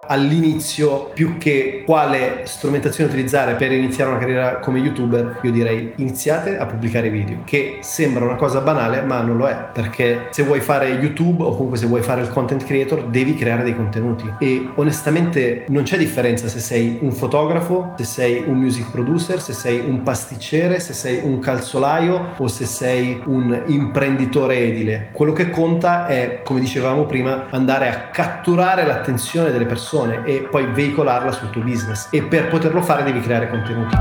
all'inizio, più che quale strumentazione utilizzare per iniziare una carriera come YouTuber, io direi iniziate a pubblicare video, che sembra una cosa banale ma non lo è, perché se vuoi fare YouTube o comunque se vuoi fare il content creator devi creare dei contenuti, e onestamente non c'è differenza se sei un fotografo, se sei un music producer, se sei un pasticcere, se sei un calzolaio o se sei un imprenditore edile. Quello che conta è, come dicevamo prima, andare a catturare l'attenzione delle persone e poi veicolarla sul tuo business, e per poterlo fare devi creare contenuti.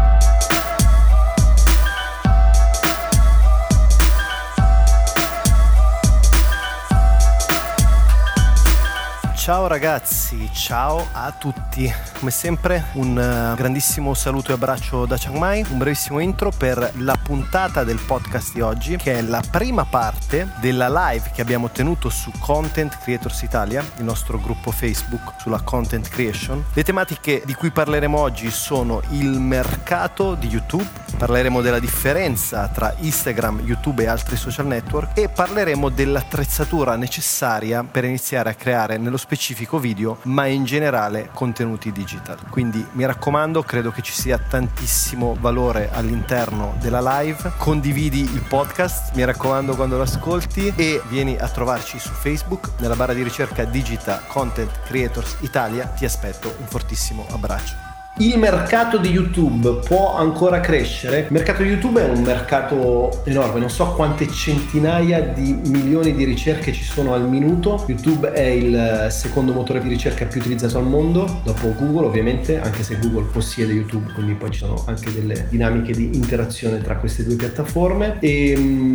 Ciao ragazzi, ciao a tutti. Come sempre un grandissimo saluto e abbraccio da Chiang Mai. Un brevissimo intro per la puntata del podcast di oggi, che è la prima parte della live che abbiamo tenuto su Content Creators Italia, il nostro gruppo Facebook sulla content creation. Le tematiche di cui parleremo oggi sono il mercato di YouTube, parleremo della differenza tra Instagram, YouTube e altri social network, e parleremo dell'attrezzatura necessaria per iniziare a creare nello specifico video, ma in generale contenuti digital. Quindi mi raccomando, credo che ci sia tantissimo valore all'interno della live. Condividi il podcast, mi raccomando, quando lo ascolti, e vieni a trovarci su Facebook nella barra di ricerca digita Content Creators Italia. Ti aspetto, un fortissimo abbraccio. Il mercato di YouTube può ancora crescere? Il mercato di YouTube è un mercato enorme, non so quante centinaia di milioni di ricerche ci sono al minuto. YouTube è il secondo motore di ricerca più utilizzato al mondo, dopo Google ovviamente, anche se Google possiede YouTube, quindi poi ci sono anche delle dinamiche di interazione tra queste due piattaforme. E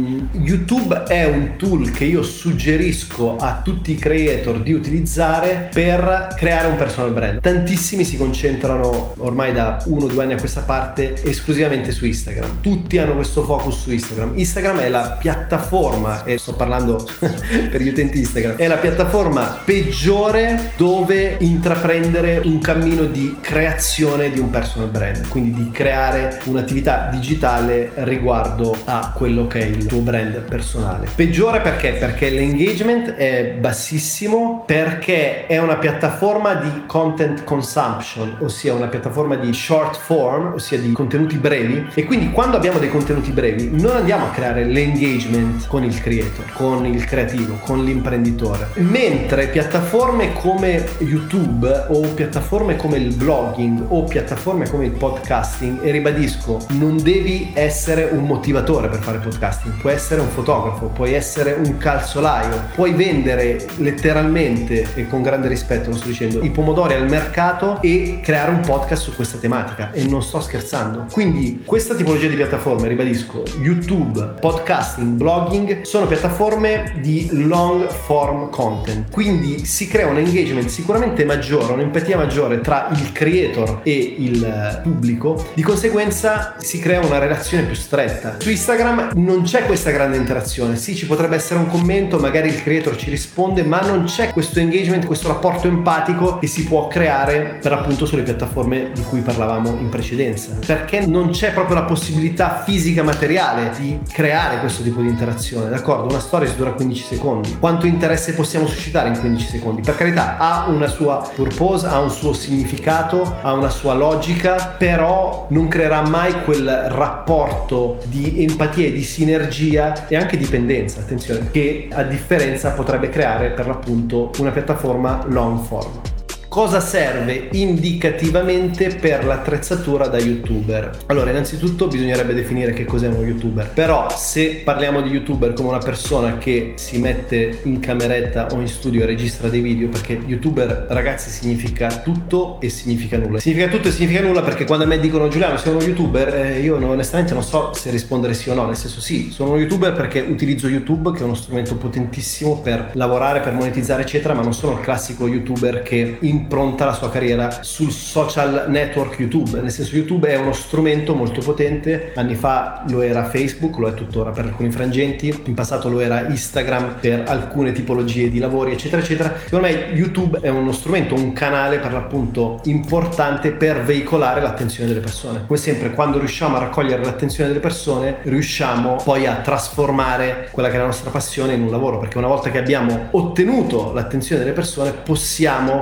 YouTube è un tool che io suggerisco a tutti i creator di utilizzare per creare un personal brand. Tantissimi si concentrano ormai da 1 o 2 anni a questa parte esclusivamente su Instagram. Tutti hanno questo focus su Instagram. Instagram è la piattaforma, e sto parlando per gli utenti Instagram, è la piattaforma peggiore dove intraprendere un cammino di creazione di un personal brand, quindi di creare un'attività digitale riguardo a quello che è il tuo brand personale. Peggiore perché? Perché l'engagement è bassissimo, perché è una piattaforma di content consumption, ossia una piattaforma di short form, ossia di contenuti brevi, e quindi quando abbiamo dei contenuti brevi non andiamo a creare l'engagement con il creator, con il creativo, con l'imprenditore, mentre piattaforme come YouTube o piattaforme come il blogging o piattaforme come il podcasting, e ribadisco, non devi essere un motivatore per fare podcasting, puoi essere un fotografo, puoi essere un calzolaio, puoi vendere letteralmente, e con grande rispetto lo sto dicendo, i pomodori al mercato e creare un podcast su questa tematica, e non sto scherzando. Quindi questa tipologia di piattaforme, ribadisco, YouTube, podcasting, blogging, sono piattaforme di long form content, quindi si crea un engagement sicuramente maggiore, un'empatia maggiore tra il creator e il pubblico, di conseguenza si crea una relazione più stretta. Su Instagram non c'è questa grande interazione, sì, ci potrebbe essere un commento, magari il creator ci risponde, ma non c'è questo engagement, questo rapporto empatico che si può creare per appunto sulle piattaforme di cui parlavamo in precedenza, perché non c'è proprio la possibilità fisica materiale di creare questo tipo di interazione. D'accordo, una storia dura 15 secondi, quanto interesse possiamo suscitare in 15 secondi? Per carità, ha una sua purpose, ha un suo significato, ha una sua logica, però non creerà mai quel rapporto di empatia e di sinergia e anche dipendenza, attenzione, che a differenza potrebbe creare per l'appunto una piattaforma long form. Cosa serve indicativamente per l'attrezzatura da YouTuber? Allora, innanzitutto bisognerebbe definire che cos'è uno YouTuber, però se parliamo di YouTuber come una persona che si mette in cameretta o in studio e registra dei video, perché YouTuber, ragazzi, significa tutto e significa nulla. Significa tutto e significa nulla, perché quando a me dicono Giuliano sei uno YouTuber, io onestamente non so se rispondere sì o no, nel senso sì, sono uno YouTuber perché utilizzo YouTube, che è uno strumento potentissimo per lavorare, per monetizzare eccetera, ma non sono il classico YouTuber che impronta la sua carriera sul social network YouTube, nel senso YouTube è uno strumento molto potente, anni fa lo era Facebook, lo è tuttora per alcuni frangenti, in passato lo era Instagram per alcune tipologie di lavori eccetera eccetera. Secondo me YouTube è uno strumento, un canale per l'appunto importante per veicolare l'attenzione delle persone. Come sempre, quando riusciamo a raccogliere l'attenzione delle persone riusciamo poi a trasformare quella che è la nostra passione in un lavoro, perché una volta che abbiamo ottenuto l'attenzione delle persone possiamo poi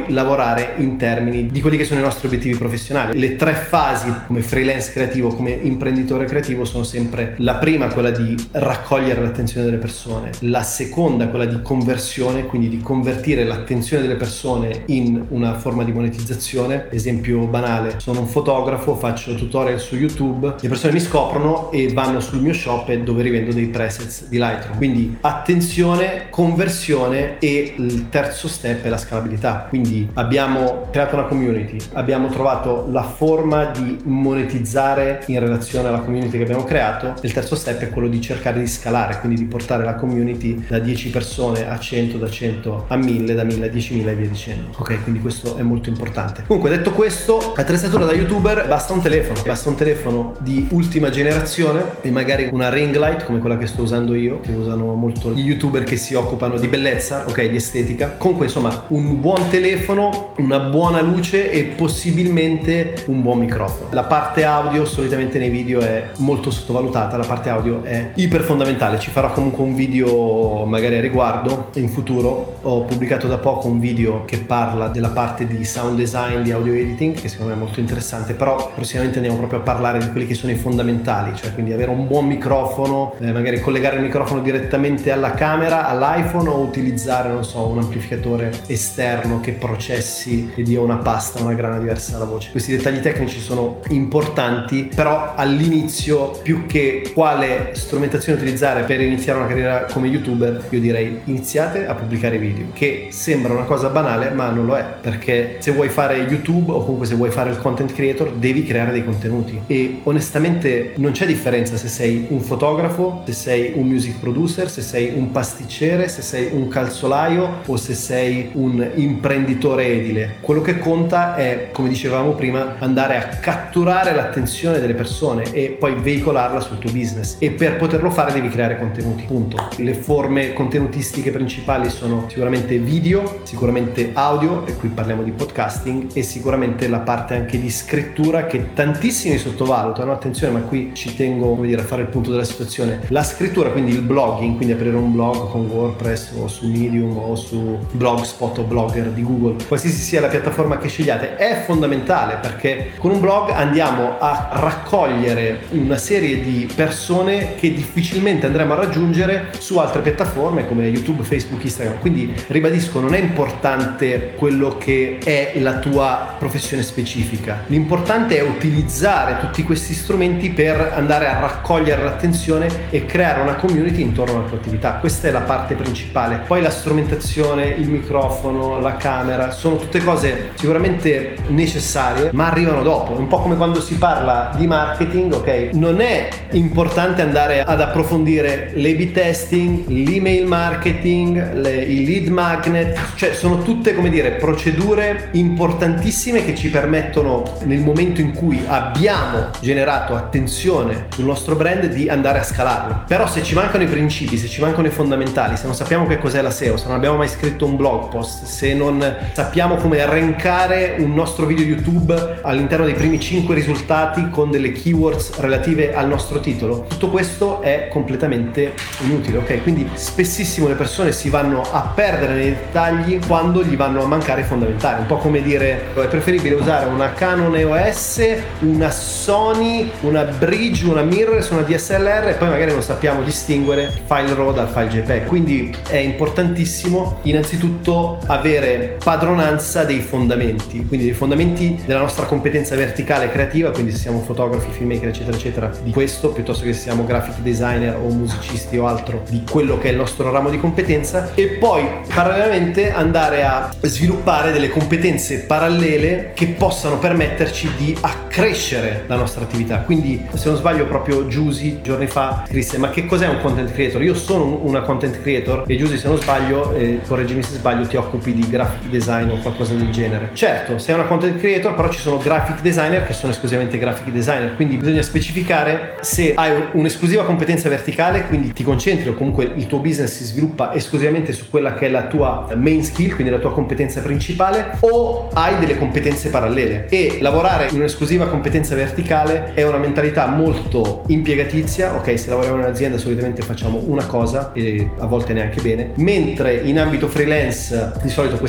lavorare in termini di quelli che sono i nostri obiettivi professionali. Le 3 fasi come freelance creativo, come imprenditore creativo, sono sempre: la prima quella di raccogliere l'attenzione delle persone, la seconda quella di conversione, quindi di convertire l'attenzione delle persone in una forma di monetizzazione. Esempio banale: sono un fotografo, faccio tutorial su YouTube, le persone mi scoprono e vanno sul mio shop dove rivendo dei presets di Lightroom. Quindi attenzione, conversione, e il terzo step è la scalabilità. Quindi abbiamo creato una community, abbiamo trovato la forma di monetizzare in relazione alla community che abbiamo creato. Il terzo step è quello di cercare di scalare, quindi di portare la community da 10 persone a 100, da 100 a 1000, da 1000 a 10.000 e via dicendo. Ok, quindi questo è molto importante. Comunque, detto questo, attrezzatura da youtuber: basta un telefono di ultima generazione e magari una ring light come quella che sto usando io, che usano molto gli youtuber che si occupano di bellezza, ok, di estetica. Comunque, insomma, un buon telefono, una buona luce e possibilmente un buon microfono. La parte audio solitamente nei video è molto sottovalutata, la parte audio è iper fondamentale. Ci farò comunque un video magari a riguardo in futuro. Ho pubblicato da poco un video che parla della parte di sound design, di audio editing, che secondo me è molto interessante, però prossimamente andiamo proprio a parlare di quelli che sono i fondamentali, cioè quindi avere un buon microfono, magari collegare il microfono direttamente alla camera, all'iPhone, o utilizzare, non so, un amplificatore esterno che processi e dia una pasta, una grana diversa alla voce. Questi dettagli tecnici sono importanti, però all'inizio, più che quale strumentazione utilizzare per iniziare una carriera come youtuber, io direi: iniziate a pubblicare video, che sembra una cosa banale ma non lo è, perché se vuoi fare YouTube o comunque se vuoi fare il content creator devi creare dei contenuti, e onestamente non c'è differenza se sei un fotografo, se sei un music producer, se sei un pasticcere, se sei un calzolaio o se sei un imprenditore edile. Quello che conta è, come dicevamo prima, andare a catturare l'attenzione delle persone e poi veicolarla sul tuo business, e per poterlo fare devi creare contenuti, punto. Le forme contenutistiche principali sono sicuramente video, sicuramente audio, e qui parliamo di podcasting, e sicuramente la parte anche di scrittura che tantissimi sottovalutano. Attenzione, ma qui ci tengo, come dire, a fare il punto della situazione. La scrittura, quindi il blogging, quindi aprire un blog con WordPress o su Medium o su Blogspot o Blogger di Google, qualsiasi sia la piattaforma che scegliate, è fondamentale, perché con un blog andiamo a raccogliere una serie di persone che difficilmente andremo a raggiungere su altre piattaforme come YouTube, Facebook, Instagram. Quindi ribadisco, non è importante quello che è la tua professione specifica, l'importante è utilizzare tutti questi strumenti per andare a raccogliere l'attenzione e creare una community intorno alla tua attività. Questa è la parte principale. Poi la strumentazione, il microfono, la camera, sono tutte cose sicuramente necessarie, ma arrivano dopo. È un po' come quando si parla di marketing, ok? Non è importante andare ad approfondire l'A/B testing, l'email marketing, i lead magnet, cioè sono tutte, come dire, procedure importantissime che ci permettono, nel momento in cui abbiamo generato attenzione sul nostro brand, di andare a scalarlo. Però se ci mancano i principi, se ci mancano i fondamentali, se non sappiamo che cos'è la SEO, se non abbiamo mai scritto un blog post, se non sappiamo come rankare un nostro video YouTube all'interno dei primi 5 risultati con delle keywords relative al nostro titolo, tutto questo è completamente inutile, ok? Quindi spessissimo le persone si vanno a perdere nei dettagli quando gli vanno a mancare i fondamentali. Un po' come dire: è preferibile usare una Canon EOS, una Sony, una Bridge, una mirrorless, una DSLR, e poi magari non sappiamo distinguere file RAW dal file JPEG. Quindi è importantissimo innanzitutto avere padronanza dei fondamenti, quindi dei fondamenti della nostra competenza verticale creativa, quindi se siamo fotografi, filmmaker, eccetera eccetera, di questo, piuttosto che se siamo graphic designer o musicisti o altro, di quello che è il nostro ramo di competenza, e poi parallelamente andare a sviluppare delle competenze parallele che possano permetterci di accrescere la nostra attività. Quindi, se non sbaglio, proprio Giusy giorni fa scrisse: ma che cos'è un content creator? Io sono una content creator. E Giusy, se non sbaglio, correggimi se sbaglio, ti occupi di graphic design o qualcosa del genere. Certo, sei una content creator, però ci sono graphic designer che sono esclusivamente graphic designer, quindi bisogna specificare se hai un'esclusiva competenza verticale, quindi ti concentri o comunque il tuo business si sviluppa esclusivamente su quella che è la tua main skill, quindi la tua competenza principale, o hai delle competenze parallele. E lavorare in un'esclusiva competenza verticale è una mentalità molto impiegatizia, ok? Se lavoriamo in un'azienda solitamente facciamo una cosa e a volte neanche bene, mentre in ambito freelance di solito questa cosa la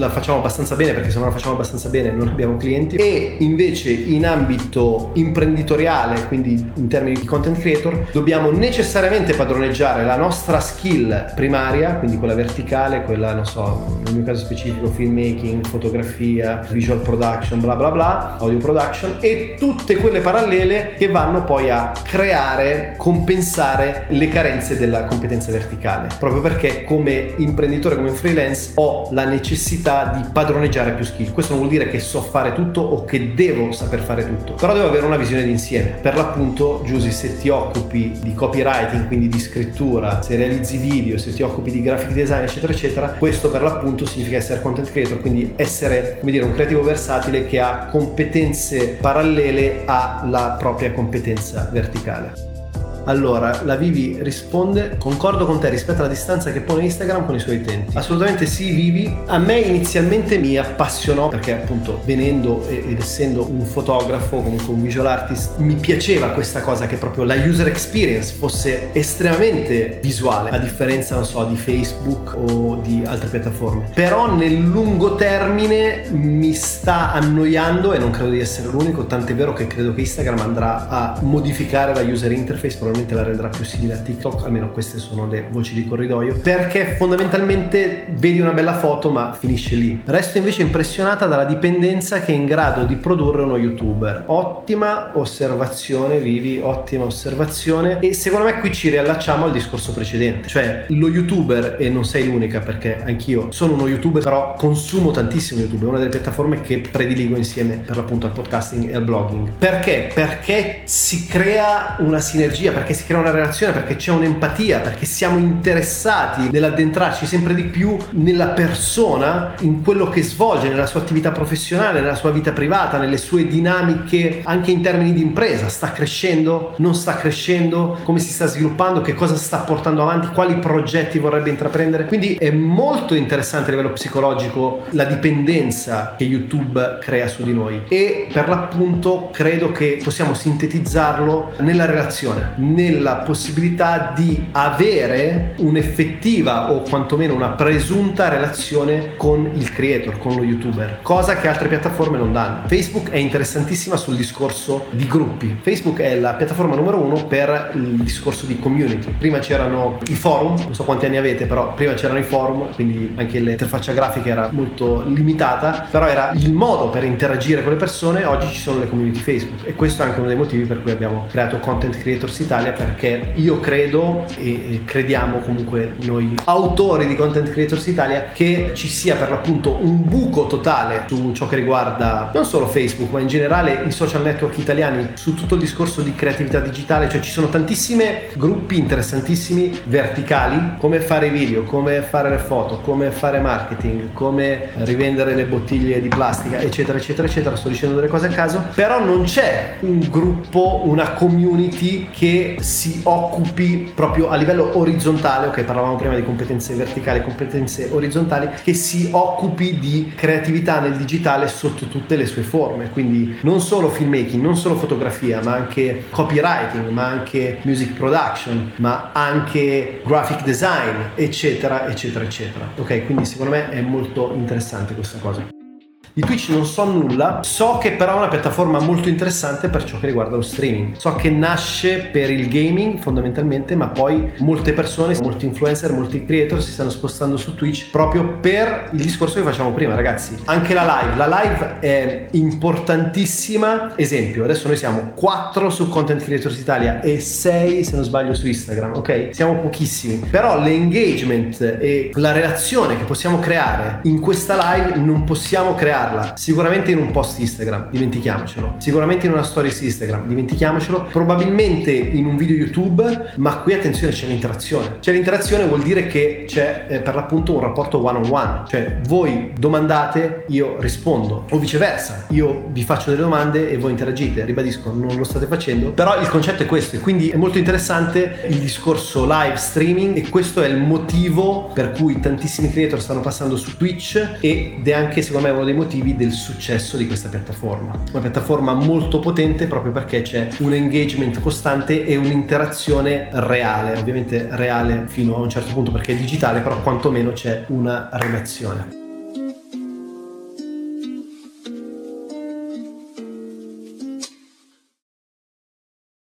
la facciamo abbastanza bene, perché se non la facciamo abbastanza bene non abbiamo clienti. E invece in ambito imprenditoriale, quindi in termini di content creator, dobbiamo necessariamente padroneggiare la nostra skill primaria, quindi quella verticale, quella, non so, nel mio caso specifico filmmaking, fotografia, visual production, bla bla bla, audio production, e tutte quelle parallele che vanno poi a creare, compensare le carenze della competenza verticale, proprio perché come imprenditore, come freelance, ho la necessità di padroneggiare più skill. Questo non vuol dire che so fare tutto o che devo saper fare tutto, però devo avere una visione d'insieme. Per l'appunto, Giusy, se ti occupi di copywriting, quindi di scrittura, se realizzi video, se ti occupi di graphic design, eccetera eccetera, questo per l'appunto significa essere content creator, quindi essere, come dire, un creativo versatile che ha competenze parallele alla propria competenza verticale. Allora, la Vivi risponde: concordo con te rispetto alla distanza che pone Instagram con i suoi utenti. Assolutamente sì, Vivi. A me inizialmente mi appassionò perché appunto venendo ed essendo un fotografo, comunque un visual artist, mi piaceva questa cosa che proprio la user experience fosse estremamente visuale, a differenza, non so, di Facebook o di altre piattaforme. Però nel lungo termine mi sta annoiando e non credo di essere l'unico, tant'è vero che credo che Instagram andrà a modificare la user interface, probabilmente la renderà più simile a TikTok, almeno queste sono le voci di corridoio, perché fondamentalmente vedi una bella foto ma finisce lì. Resto invece impressionata dalla dipendenza che è in grado di produrre uno youtuber. Ottima osservazione, Vivi, ottima osservazione, e secondo me qui ci riallacciamo al discorso precedente, cioè lo youtuber, e non sei l'unica perché anch'io sono uno youtuber, però consumo tantissimo YouTube, è una delle piattaforme che prediligo insieme per l'appunto al podcasting e al blogging. Perché? Perché si crea una sinergia, perché si crea una relazione, perché c'è un'empatia, perché siamo interessati nell'addentrarci sempre di più nella persona, in quello che svolge, nella sua attività professionale, nella sua vita privata, nelle sue dinamiche anche in termini di impresa. Sta crescendo? Non sta crescendo? Come si sta sviluppando? Che cosa sta portando avanti? Quali progetti vorrebbe intraprendere? Quindi è molto interessante a livello psicologico la dipendenza che YouTube crea su di noi, e per l'appunto credo che possiamo sintetizzarlo nella relazione, nella possibilità di avere un'effettiva o quantomeno una presunta relazione con il creator, con lo youtuber, cosa che altre piattaforme non danno. Facebook è interessantissima sul discorso di gruppi. Facebook è la piattaforma numero 1 per il discorso di community. Prima c'erano i forum, non so quanti anni avete, però prima c'erano i forum, quindi anche l'interfaccia grafica era molto limitata, però era il modo per interagire con le persone. Oggi ci sono le community Facebook, e questo è anche uno dei motivi per cui abbiamo creato Content Creators Italia, perché io credo, e crediamo comunque noi autori di Content Creators Italia, che ci sia per l'appunto un buco totale su ciò che riguarda non solo Facebook ma in generale i social network italiani, su tutto il discorso di creatività digitale. Cioè ci sono tantissimi gruppi interessantissimi verticali, come fare i video, come fare le foto, come fare marketing, come rivendere le bottiglie di plastica, eccetera eccetera eccetera. Sto dicendo delle cose a caso, però non c'è un gruppo, una community che si occupi proprio a livello orizzontale, ok, parlavamo prima di competenze verticali, competenze orizzontali, che si occupi di creatività nel digitale sotto tutte le sue forme, quindi non solo filmmaking, non solo fotografia, ma anche copywriting, ma anche music production, ma anche graphic design, eccetera eccetera eccetera. Ok, quindi secondo me è molto interessante questa cosa. Di Twitch non so nulla, so che però è una piattaforma molto interessante per ciò che riguarda lo streaming. So che nasce per il gaming fondamentalmente, ma poi molte persone, molti influencer, molti creator si stanno spostando su Twitch proprio per il discorso che facciamo prima, ragazzi. Anche la live è importantissima. Esempio, adesso noi siamo 4 su Content Creators Italia e 6 se non sbaglio su Instagram, ok? Siamo pochissimi, però l'engagement e la relazione che possiamo creare in questa live non possiamo crearla sicuramente in un post Instagram, dimentichiamocelo, sicuramente in una stories Instagram, dimentichiamocelo, probabilmente in un video YouTube, ma qui attenzione, c'è l'interazione, vuol dire che c'è per l'appunto un rapporto one on one, cioè voi domandate, io rispondo, o viceversa, io vi faccio delle domande e voi interagite. Ribadisco, non lo state facendo, però il concetto è questo, e quindi è molto interessante il discorso live streaming, e questo è il motivo per cui tantissimi creator stanno passando su Twitch, ed è anche secondo me uno dei motivi del successo di questa piattaforma. Una piattaforma molto potente proprio perché c'è un engagement costante e un'interazione reale, ovviamente reale fino a un certo punto perché è digitale, però quantomeno c'è una relazione.